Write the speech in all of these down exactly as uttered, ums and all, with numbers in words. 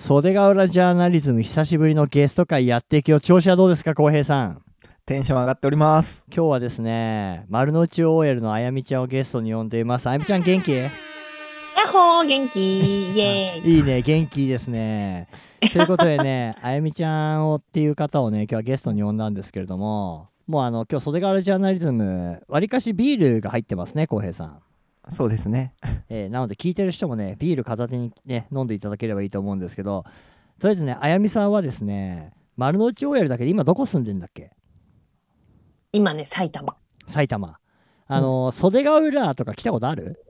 袖ヶ浦ジャーナリズム久しぶりのゲスト会やっていくよ。調子はどうですか、浩平さん。 テンション上がっております。 今日はですね、丸の内 オーエル のあやみちゃんをゲストに呼んでいます。あやみちゃん元気？ やっほー元気イエーイいいね、元気ですね。ということでね、あやみちゃんをっていう方をね、今日はゲストに呼んだんですけれども、もうあの今日袖ヶ浦ジャーナリズムわりかしビールが入ってますね、浩平さん。 そうですね、 えー、なので聞いてる人もね、ビール片手にね飲んでいただければいいと思うんですけど、とりあえずね、あやみさんはですね、丸の内 オーエル だけで今どこ住んでんだっけ？ 今ね、埼玉。 埼玉。あの、うん、袖ヶ浦とか来たことある？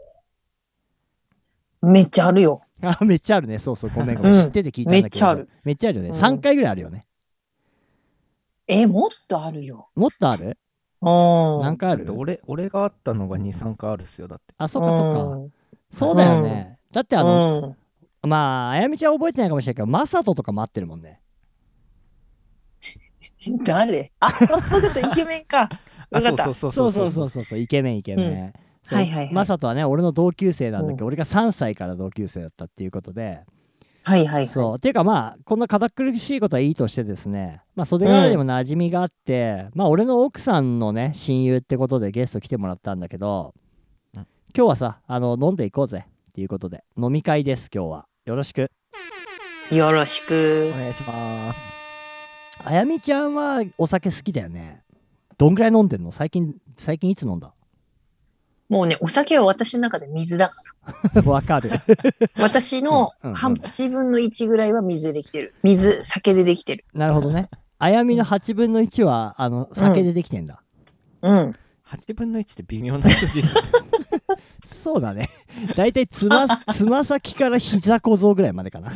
めっちゃあるよ。 あ、めっちゃあるね。そうそう、ごめんごめん、うん、知ってて聞いたんだけど。めっちゃある。めっちゃあるよね。うん、さんかいぐらいあるよね。 えー、もっとあるよ。 もっとある？何回ある？ 俺俺があったのがにさんかいあるっすよ。だって。 あ、そっかそっか。そうだよね。だってあの、うん、まああやみちゃん覚えてないかもしれないけど、マサトとか待ってるもんね。 誰？あ、分かった、イケメンか。分かった。 そうそうそうそうそうそうそう、イケメンイケメン。うん、 はいはいはい。 マサトはね、俺の同級生なんだけど、うん、俺がさんさいから同級生だったっていうことで。 はいはいはい。 そうっていうか、まあこんな堅苦しいことはいいとしてですね、まあ袖ヶ浦にも馴染みがあって、うん、まあ俺の奥さんのね親友ってことでゲスト来てもらったんだけど、うん、今日はさ、あの飲んでいこうぜっていうことで飲み会です。今日はよろしく。 よろしくお願いします。 あやみちゃんはお酒好きだよね。どんぐらい飲んでんの？最近最近いつ飲んだ？ もうね、お酒は私の中で水だからわかる。 私のはちぶんのいちぐらいは水でできてる。水、酒でできてる。 なるほどね。あやみのはちぶんのいちはあの酒でできてんだ。 うん。うん、 はちぶんのいちって微妙な数字ですね。 そうだね。だいたいつまつま先から膝小僧ぐらいまでかな。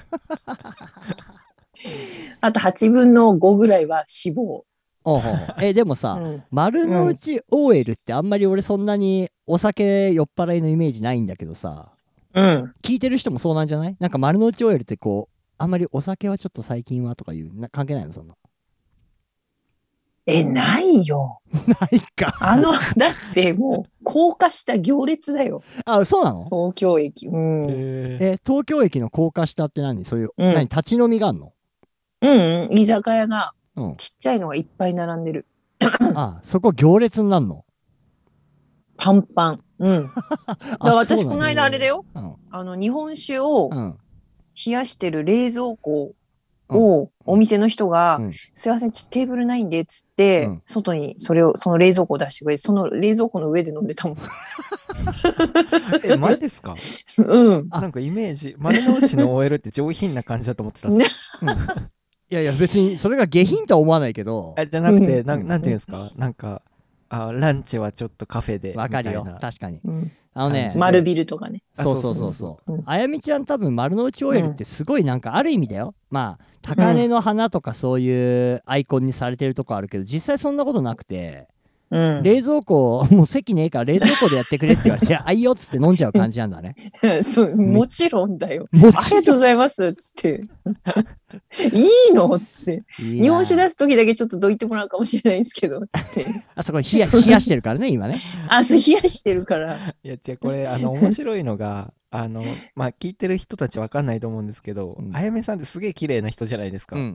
あとはちぶんのごぐらいは脂肪。 おうほうえでもさ、うん、丸の内 オーエル ってあんまり俺そんなにお酒酔っ払いのイメージないんだけどさ、 うん、 聞いてる人もそうなんじゃない？なんか丸の内 オーエル ってこうあんまりお酒はちょっと最近はとかいうな関係ないの？そんな。 え、ないよ。 ないか。 あのだってもう高架下行列だよ。 あ、そうなの？ 東京駅。うん、 え東京駅の高架下って何？そういう、うん、何立ち飲みがあんの？ うん、居酒屋がちっちゃいのがいっぱい並んでる。 ああ、そこ行列になるの？ パンパン。うん。だから私この間あれだよ。うん、あの日本酒を冷やしてる冷蔵庫をお店の人が、うん、すいません、ちょっとテーブルないんでっつって、うん、外にそれをその冷蔵庫を出してくれて、その冷蔵庫の上で飲んでたもん。 え、マジですか？ うん。 なんかイメージ、丸の内の オーエル って上品な感じだと思ってたっす。うん、 いやいや別にそれが下品とは思わないけど、 あじゃなくて、うん、な, なんていうんですか、なんかあランチはちょっとカフェでわかるよ、確かに、うん、あのね、 丸ビルとかね。 そうそうそうそう、うん、あやみちゃん多分丸の内 オーエル ってすごいなんかある意味だよ、まあ高嶺の花とかそういうアイコンにされてるとこあるけど、実際そんなことなくて、うん、冷蔵庫もう席ねえから冷蔵庫でやってくれって言われてあいよっつって飲んじゃう感じなんだね。 そうもちろんだよ。ありがとうございますっつっていいのっつっていい日本酒出す時だけちょっとどいてもらうかもしれないんですけどってあそこ冷や冷やしてるからね今ね。 あそう冷やしてるから。 いや違う、これあの面白いのがあのまあ聞いてる人たちわかんないと思うんですけど、うん、あやめさんってすげえ綺麗な人じゃないですか、うんうんうん、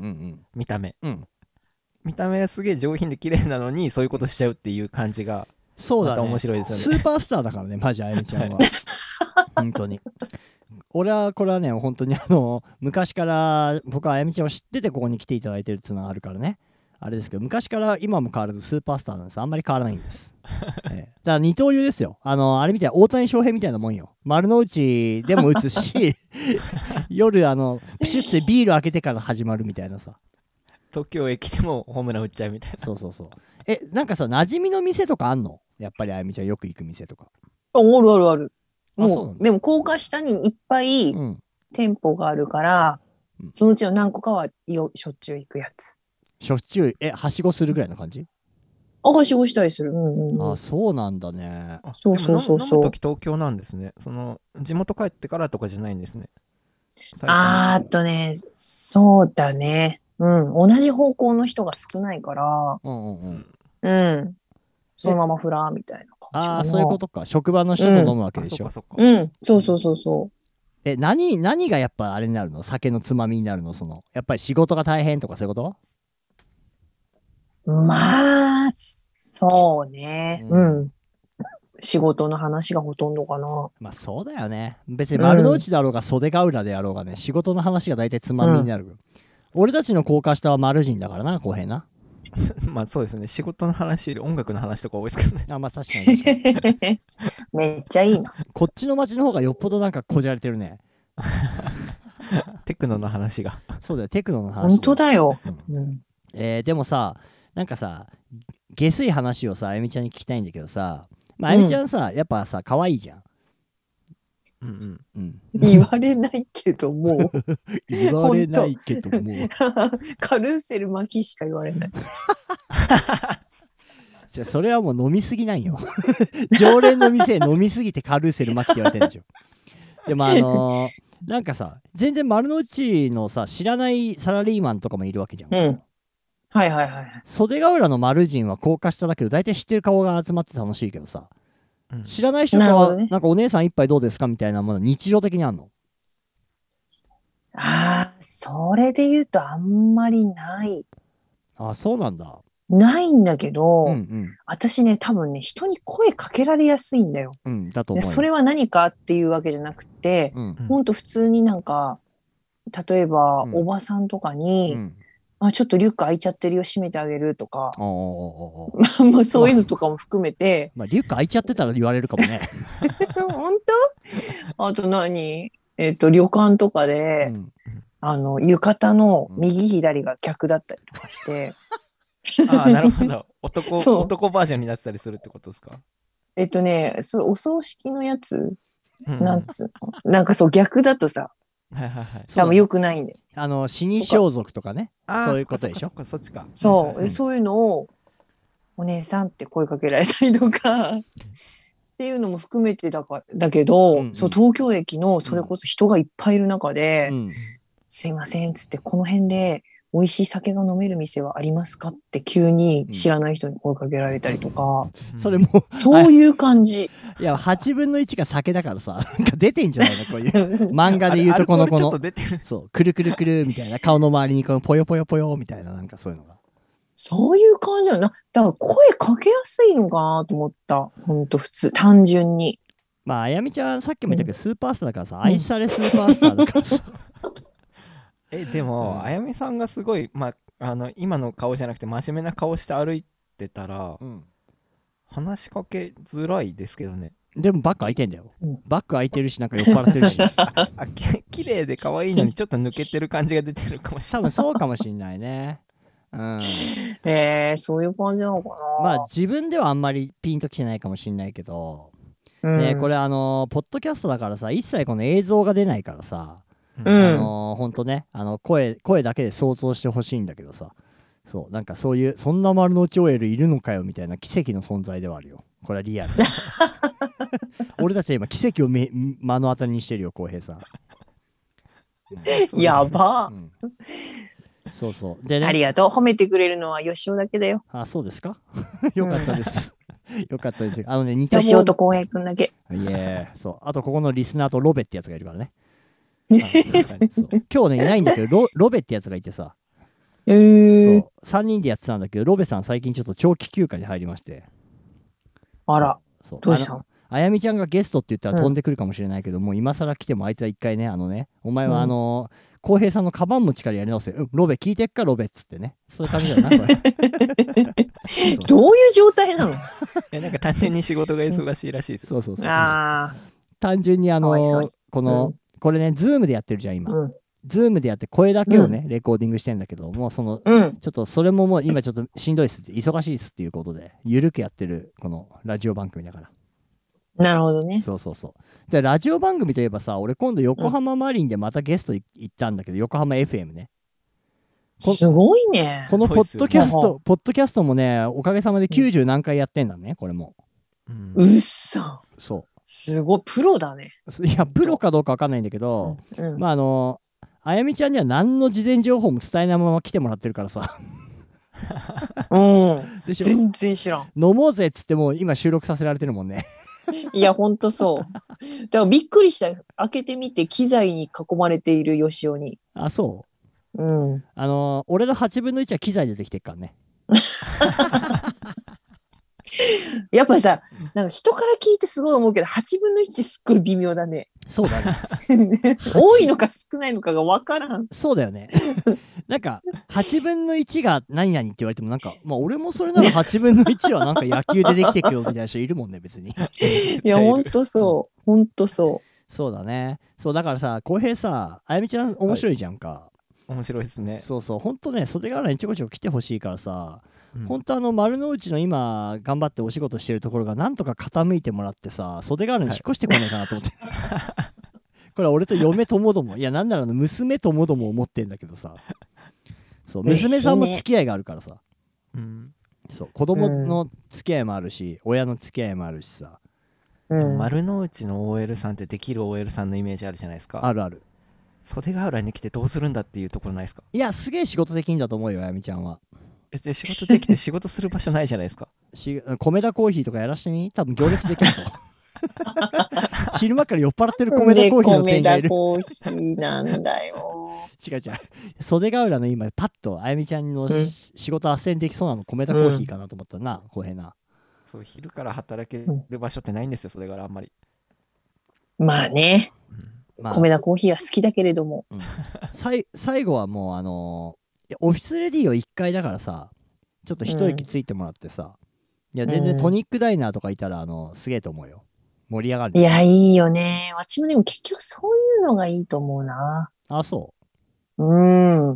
見た目、うん、見た目はすげえ上品で綺麗なのにそういうことしちゃうっていう感じがそうだね、 また面白いですよね。 スーパースターだからねマジあやみちゃんは、はい、本当に俺はこれはね本当にあの昔から僕はあやみちゃんを知っててここに来ていただいてるっていうのがあるからねあれですけど、昔から今も変わらずスーパースターなんです。あんまり変わらないんです、ええ、だから二刀流ですよ。あのあれみたいな大谷翔平みたいなもんよ。丸の内でも打つし夜あのピシュッてビール開けてから始まるみたいなさ、 東京駅でもホームラン打っちゃうみたいな。 そうそうそう。えなんかさ馴染みの店とかあんの？やっぱりあやみちゃんよく行く店とか。 あるあるある。もうでも高架下にいっぱい店舗があるから、うん、そのうちの何個かはよしょっちゅう行くやつ。 しょっちゅうえはしごするぐらいの感じ？ あはしごしたりする、うんうんうん、 あそうなんだね。 そうそうそうそう。 飲む時東京なんですね。その地元帰ってからとかじゃないんですね。 あーっとねそうだね、うん、同じ方向の人が少ないから、うんうんうん、うん、そのままフラーみたいな感じ。 ああそういうことか。職場の人と飲むわけでしょ、 うん、うん、そうそうそうそう。 え、何、何がやっぱあれになるの？酒のつまみになるの？その、やっぱり仕事が大変とかそういうこと？ まあ、そうね。うん。うん、仕事の話がほとんどかな。 まあそうだよね。別に丸の内だろうが袖ヶ浦であろうがね、うん、仕事の話が大体つまみになる。うん、俺たちの高架下は丸人だからな、浩平な。 まあそうですね。仕事の話より音楽の話とか多いですけどね。 あ、まあ確かに確かに。 めっちゃいいな。 こっちの街の方がよっぽどなんかこじられてるね。 テクノの話が。 そうだよ、テクノの話。 本当だよ。 うん、えー、でもさ、なんかさ、下水話をさ、あやみちゃんに聞きたいんだけどさ、まあ、あやみちゃんさ、うん、やっぱさ、可愛いじゃん。 うんうん、 言われないけども言われないけどもカルーセル巻きしか言われないじゃそれはもう飲みすぎなんよ常連の店飲みすぎてカルーセル巻きって言われてるんでしょ。でもあのー、なんかさ全然丸の内のさ知らないサラリーマンとかもいるわけじゃん、 うん、はいはいはい。 袖ヶ浦の丸人は高架下だけど大体知ってる顔が集まって楽しいけどさ、うん、知らない人はな、ね、なんかお姉さん一杯どうですかみたいなもの日常的にあんの？ ああ、それで言うとあんまりない。 あ、そうなんだ。 ないんだけど、 うんうん、私ね多分ね人に声かけられやすいんだよ。 うん、だと思うよ。 それは何かっていうわけじゃなくて、うん、ほんと普通になんか例えば、うん、おばさんとかに、うんあ、ちょっとリュック開いちゃってるよ、閉めてあげるとか、まあそういうのとかも含めて。 まあ、リュック開いちゃってたら言われるかもね。 本当？あと何えっと、旅館とかで、うん、あの、浴衣の右左が逆だったりとかして。 ああ、なるほど。男、男バージョンになってたりするってことですか？ えっとね、それお葬式のやつ、うん、なんつうのなんかそう逆だとさ、 はいはいはい。 多分良くないんで。 あの死に装束とかね。そういうことでしょ。 そっちか。 そう、はいはい、そういうのをお姉さんって声かけられたりとかっていうのも含めてだかだけど、うんうん、そう東京駅のそれこそ人がいっぱいいる中で、うん、すいませんっつってこの辺で美味しい酒が飲める店はありますかって急に知らない人に声かけられたりとか、 うん、それもそういう感じ。 いやはちぶんのいちが酒だからさなんか出てんじゃないのこういう漫画で言うとこのこのそうくるくるくるみたいな顔の周りにこのポヨポヨポヨみたいななんかそういうのがそういう感じなの。だから声かけやすいのかなと思った。ほんと普通単純に。 まああやみちゃんさっきも言ったけど、うん、スーパースターだからさ愛されスーパースターだからさえでも、うん、あやみさんがすごい、まあ、あの今の顔じゃなくて真面目な顔して歩いてたら、うん、話しかけづらいですけどね。 でもバッグ開いてんだよ、うん、バッグ開いてるしなんか酔っ払ってるしあききれいで可愛いのにちょっと抜けてる感じが出てるかもしれない。 多分そうかもしんないね。うん、 えー、そういう感じなのかな。 まあ自分ではあんまりピンときてないかもしんないけど、うん、ねこれあのポッドキャストだからさ一切この映像が出ないからさ、うん、あのー、ほんとねあの 声, 声だけで想像してほしいんだけどさ、そうなんかそういうそんな丸の内 オーエル いるのかよみたいな奇跡の存在ではあるよ。これはリアル俺たちは今奇跡を目目の当たりにしてるよ浩平さん、 うん、やば、うん、 そうそうでねありがとう。褒めてくれるのは吉尾だけだよ。 あそうですかよかったですよかったです。あのね似たもん吉尾と浩平くんだけ。いえそうあとここのリスナーとロベってやつがいるからねそう今日ねいないんだけど ロ, ロベってやつがいてさ、えー、そうさんにんでやってたんだけどロベさん最近ちょっと長期休暇に入りまして。 あらそうどうしたの。 あやみちゃんがゲストって言ったら飛んでくるかもしれないけど、うん、もう今更来てもあいつは一回ねあのねお前はあの浩、うん、平さんのカバン持ちからやり直せ、うん、ロベ聞いてっかロベっつってねそういう感じだよなこれどういう状態なのえなんか単純に仕事が忙しいらしいです。 そうそうそうそうあ単純にあのこの、うん、これねズームでやってるじゃん今、うん、ズームでやって声だけをね、うん、レコーディングしてんだけどもうその、うん、ちょっとそれももう今ちょっとしんどいっす忙しいっすっていうことでゆるくやってるこのラジオ番組だから。 なるほどね。 そうそうそうでラジオ番組といえばさ俺今度横浜マリンでまたゲスト行ったんだけど、うん、横浜 エフエム ねすごいね。 このポッドキャストポッドキャストもねおかげさまできゅうじゅう何回やってんだねこれも。 うっそそうすごいプロだね。 いやプロかどうか分かんないんだけど、うんうん、まああのあやみちゃんには何の事前情報も伝えないまま来てもらってるからさうんでしょ全然知らん。 飲もうぜっつっても今収録させられてるもんねいや、ほんとそう。だからびっくりした。開けてみて、機材に囲まれているよしおに。 あ、そう。 うん。 あのー、俺のはちぶんのいちは機材でできてるからね。 やっぱさ、なんか人から聞いてすごい思うけど、はちぶんのいちってすっごい微妙だね。 そうだね。 多いのか少ないのかが分からん。 そうだよね。なんかはちぶんのいちが何々って言われてもなんか、まあ俺もそれならはちぶんのいちはなんか野球でできてくよみたいな人いるもんね、別に。 いや、ほんとそう。ほんとそう。 そうだね。そうだからさ、浩平さ、あやみちゃん面白いじゃんか。はい、 面白いですね。 そうそう、ほんとね、袖ヶ浦にちょこちょこ来てほしいからさ、うん、ほんとあの丸の内の今頑張ってお仕事してるところがなんとか傾いてもらってさ、袖ヶ浦に引っ越してこないかなと思って。はい、これは俺と嫁ともども、いやなんならの娘ともども思ってんだけどさ、そう娘さんも付き合いがあるからさ、うん、そう子供の付き合いもあるし、うん、親の付き合いもあるしさ、 うん、丸の内の オーエル さんってできる オーエル さんのイメージあるじゃないですか。 あるある。 袖ヶ浦に来てどうするんだっていうところないですか？ いや、すげえ仕事できんだと思うよ、あやみちゃんは。 え、じゃ仕事できて仕事する場所ないじゃないですか。 し米田コーヒーとかやらしてみ、多分行列できるぞ。昼間から酔っ払ってる米田コーヒーの店員がいる。 米田コーヒーなんだよ。 違う違う。袖ヶ浦の今パッとあやみちゃんの、うん、仕事斡旋できそうなの米田コーヒーかなと思ったな、浩、うん、平な。 そう、昼から働ける場所ってないんですよ、袖ヶ浦あんまり。 まあね、うん、まあ、米田コーヒーは好きだけれども、 うん、最後はもうあのー、オフィスレディをいっかいだからさ、ちょっと一息ついてもらってさ、うん、いや全然トニックダイナーとかいたらあのすげえと思うよ。盛り上がる、ね、 いやいいよね。私もでも結局そういうのがいいと思うな。 あ、そう。 うん。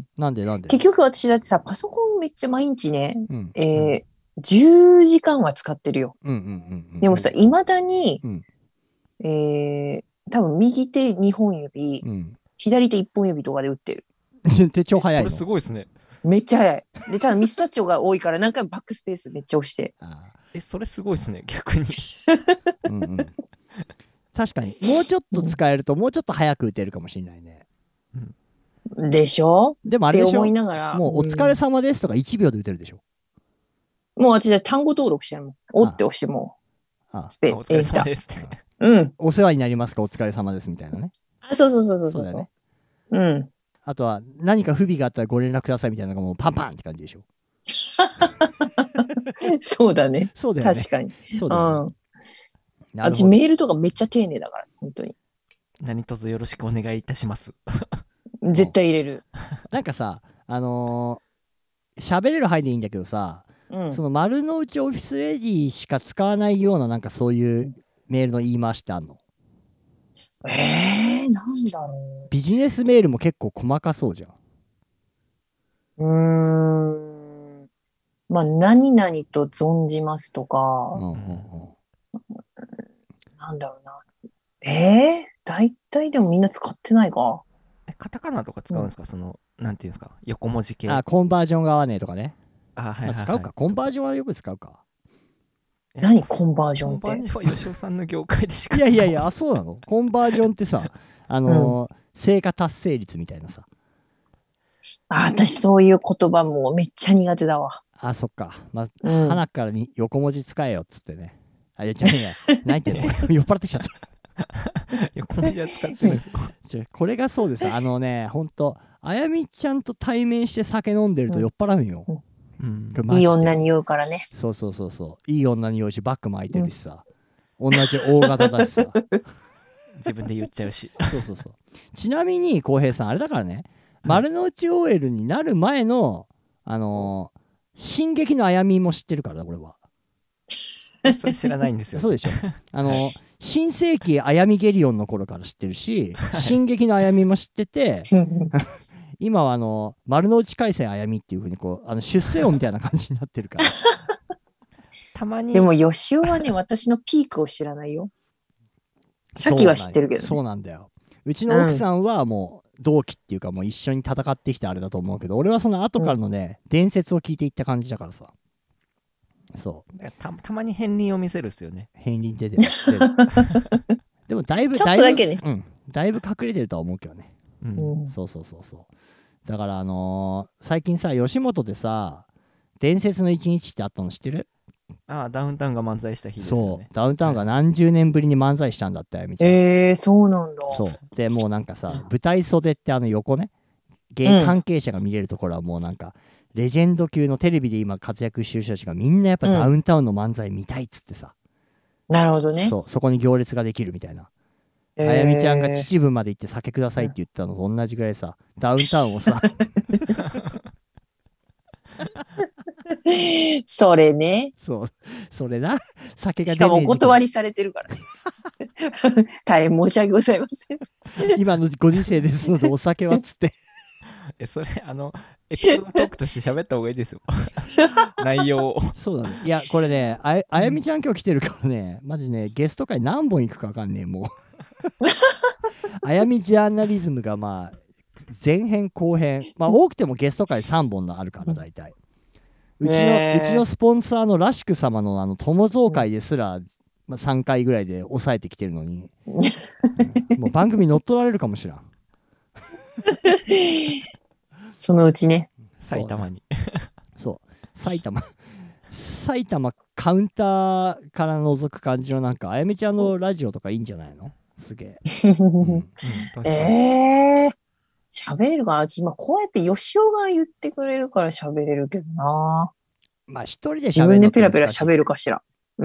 なんでなんで。 結局私だってさ、パソコンめっちゃ毎日ね、うん、えーうん、じゅうじかんは使ってるよ。 うんうんうんうん、 でもさ、いまだに、 うん、 えー、多分右手にほん指、うん、左手いっぽん指とかで打ってる。 手帳早いの。 それすごいですね。 めっちゃ早い。で、ただミスタッチョが多いから何回もバックスペースめっちゃ押して。 あえ、それすごいですね、逆に。 うん、うん、確かに、もうちょっと使えると、もうちょっと早く打てるかもしれないね。 うん、でしょ？ でもあれでしょ？ って思いながら。 もうお疲れ様ですとかいちびょうで打てるでしょ？ もう私は単語登録してるもん。おって押してもう。 ああスペお疲れ様ですって。 うん。 お世話になりますか、お疲れ様ですみたいなね。 あ、そうそうそうそうそう。そうだよね。うん。 あとは何か不備があったらご連絡くださいみたいなのがもうパンパンって感じでしょ。 そうだね。 そうだよね。 確かに。 そうだよね。 うん。私メールとかめっちゃ丁寧だから、本当に。 何卒よろしくお願いいたします。 絶対入れる。 なんかさ、あのー、喋れる範囲でいいんだけどさ、うん、その丸の内オフィスレディしか使わないようななんかそういうメールの言い回しってあんの？ えー、なんだろう。 ビジネスメールも結構細かそうじゃん。 うーん。まあ、何々と存じますとか、うんうんうん、なんだろうな。えー、大体でもみんな使ってないか。 え、カタカナとか使うんですか、うん、その、なんていうんですか、横文字系。 あ、コンバージョンが合わねえとかね。 あ、はいはいはい、 まあ、使うか。コンバージョンはよく使うか。 何コンバージョンって。 コンバージョンは吉尾さんの業界でしか。 いやいやいや、あ、そうなの？コンバージョンってさ、あのーうん、成果達成率みたいなさ。 あ、私そういう言葉もめっちゃ苦手だわ。 あ、そっか。まあ、うん、花からに横文字使えよっつってね。あ、いや、違ういや、何言ってんの？酔っ払ってきちゃった。 横文字は使ってるんですよ。 これがそうです。あのね、ほんと、あやみちゃんと対面して酒飲んでると酔っ払うんよ。 うんうん、いい女に酔うからね。 そうそうそうそう。いい女に酔うし、バッグも開いてるしさ。うん、同じ大型だしさ。 自分で言っちゃうし。 そうそうそう。ちなみに、浩平さん、あれだからね、丸の内 オーエル になる前の、あのー、進撃のあやみも知ってるからだ、俺は。 それ知らないんですよ。 そうでしょ。あの新世紀あやみゲリオンの頃から知ってるし、はい、進撃のあやみも知ってて今はあの丸の内海戦あやみっていう風にこうあの出世音みたいな感じになってるからたまに。 でも吉尾はね私のピークを知らないよ。さっきは知ってるけど、ね、 そうなんだよ。うちの奥さんはもう同期っていうかもう一緒に戦ってきたあれだと思うけど、俺はその後からのね、うん、伝説を聞いていった感じだからさ。そうた, たまに片鱗を見せるっすよね。 片鱗出てるでもだいぶちょっとだけね、 うん、だいぶ隠れてるとは思うけどね、 うん、 そうそうそうそうだからあのー、最近さ吉本でさ伝説の一日ってあったの知ってる？ ああ、ダウンタウンが漫才した日ですよね。 そう、ダウンタウンが何十年ぶりに漫才したんだって、あやみちゃん。 えー、そうなんだ。 そうでもうなんかさ、舞台袖ってあの横ね、芸関係者が見れるところはもうなんか、うん、レジェンド級のテレビで今活躍してる人たちがみんなやっぱダウンタウンの漫才見たいっつってさ、 うん、なるほどね。 そう、そこに行列ができるみたいな。あやみちゃんが秩父まで行って酒くださいって言ったのと同じぐらいさ、ダウンタウンをさそれね。 そう、それな、酒が出ねえ。 しかもお断りされてるからね。大変申し訳ございません。 今のご時世ですのでお酒はっつって。 え、それ、あの、エピソードトークとして喋った方がいいですよ。内容を。 そうだね。いや、これね、あや、あやみちゃん今日来てるからね、マジね、ゲスト会何本行くか分かんねえ、もう。あやみジャーナリズムがまあ、前編後編、まあ多くてもゲスト会さんぼんあるから大体。うちの、えー、うちのスポンサーのらしく様のあの友蔵会ですら、まあ、さんかいぐらいで抑えてきてるのに、うん、もう番組乗っ取られるかもしれん。 そのうちね、 埼玉に。 そう、埼玉。埼玉カウンターから覗く感じのなんか、あやみちゃんのラジオとかいいんじゃないの？すげえ。うんうん、えー。喋れるかな？今こうやって吉尾が言ってくれるから喋れるけどな。 まあ一人で喋る。 自分でペラペラ喋るかしら。うん。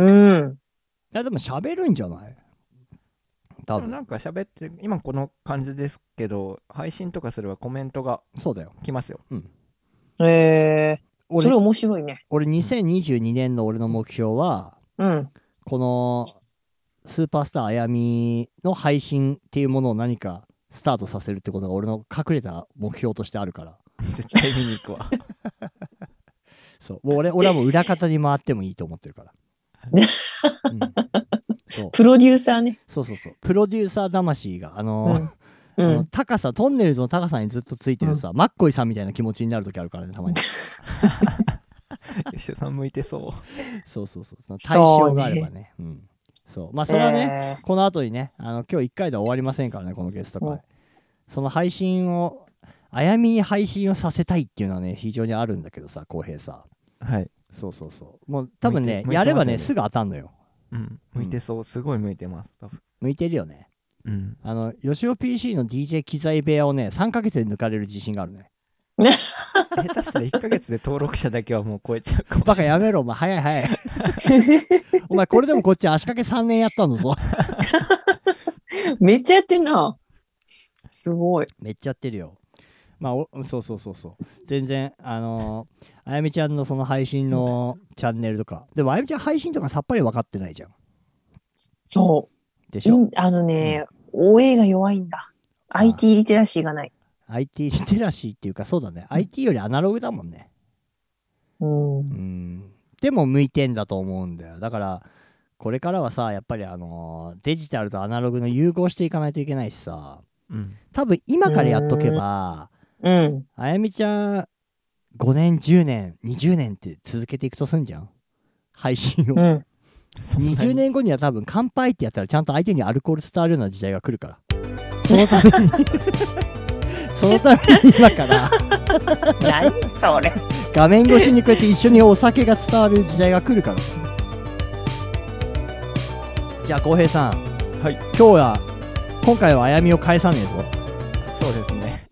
いやでも喋るんじゃない？ 多分なんか喋って今この感じですけど、配信とかすればコメントがそうだよ来ますよ。 うん。 えー、それ面白いね。 俺にせんにじゅうにねんの俺の目標は、 うん、このスーパースターあやみの配信っていうものを何かスタートさせるってことが俺の隠れた目標としてあるから絶対見に行くわ。 そうもう 俺, 俺はもう裏方に回ってもいいと思ってるから、うん、 そうプロデューサーね。 そうそうそう、プロデューサー魂があのーうん、あの高さ、トンネルズの高さにずっとついてるさ、うん、マッコイさんみたいな気持ちになる時あるからね、たまに。 吉田さん向いてそう。 そうそうそう、対象があればね。うん、そうまあそれはね、えー、この後にね、あの今日いっかいで終わりませんからね、このゲスト会、うん、その配信をあやみに配信をさせたいっていうのはね非常にあるんだけどさ、浩平さ、 はい、 そうそうそう、もう多分ねやればねすぐ当たんのよ。 うん、向いてそう、すごい向いてます、多分。 向いてるよね。 うん、 あのよしお ピーシー の ディージェー 機材部屋をねさんかげつで抜かれる自信があるね。 下手したらいっかげつで登録者だけはもう超えちゃうかもしれない。 バカやめろお前、早い早い。お前これでもこっち足掛けさんねんやったんだぞ。 めっちゃやってんな。すごい。 めっちゃやってるよ。まあおそうそうそうそう、全然あのー、あやみちゃんのその配信のチャンネルとか、でもあやみちゃん配信とかさっぱり分かってないじゃん。 そうでしょ。 あのね、うん、オーエー が弱いんだ。 アイティー リテラシーがない。 アイティー リテラシーっていうか、そうだね、うん、アイティー よりアナログだもんね。 うん、 うんでも向いてんだと思うんだよ。だからこれからはさ、やっぱりあのー、デジタルとアナログの融合していかないといけないしさ、うん、多分今からやっとけば、うん、あやみちゃんごねんじゅうねんにじゅうねんって続けていくとすんじゃん、配信を、うん、にじゅうねんごには多分乾杯ってやったらちゃんと相手にアルコール伝わるような時代が来るから、そのためにそのために今から何それ画面越しにこうやって一緒にお酒が伝わる時代が来るから。じゃあ浩平さん、 はい、 今日は今回はあやみを返さねえぞ。 そうですね。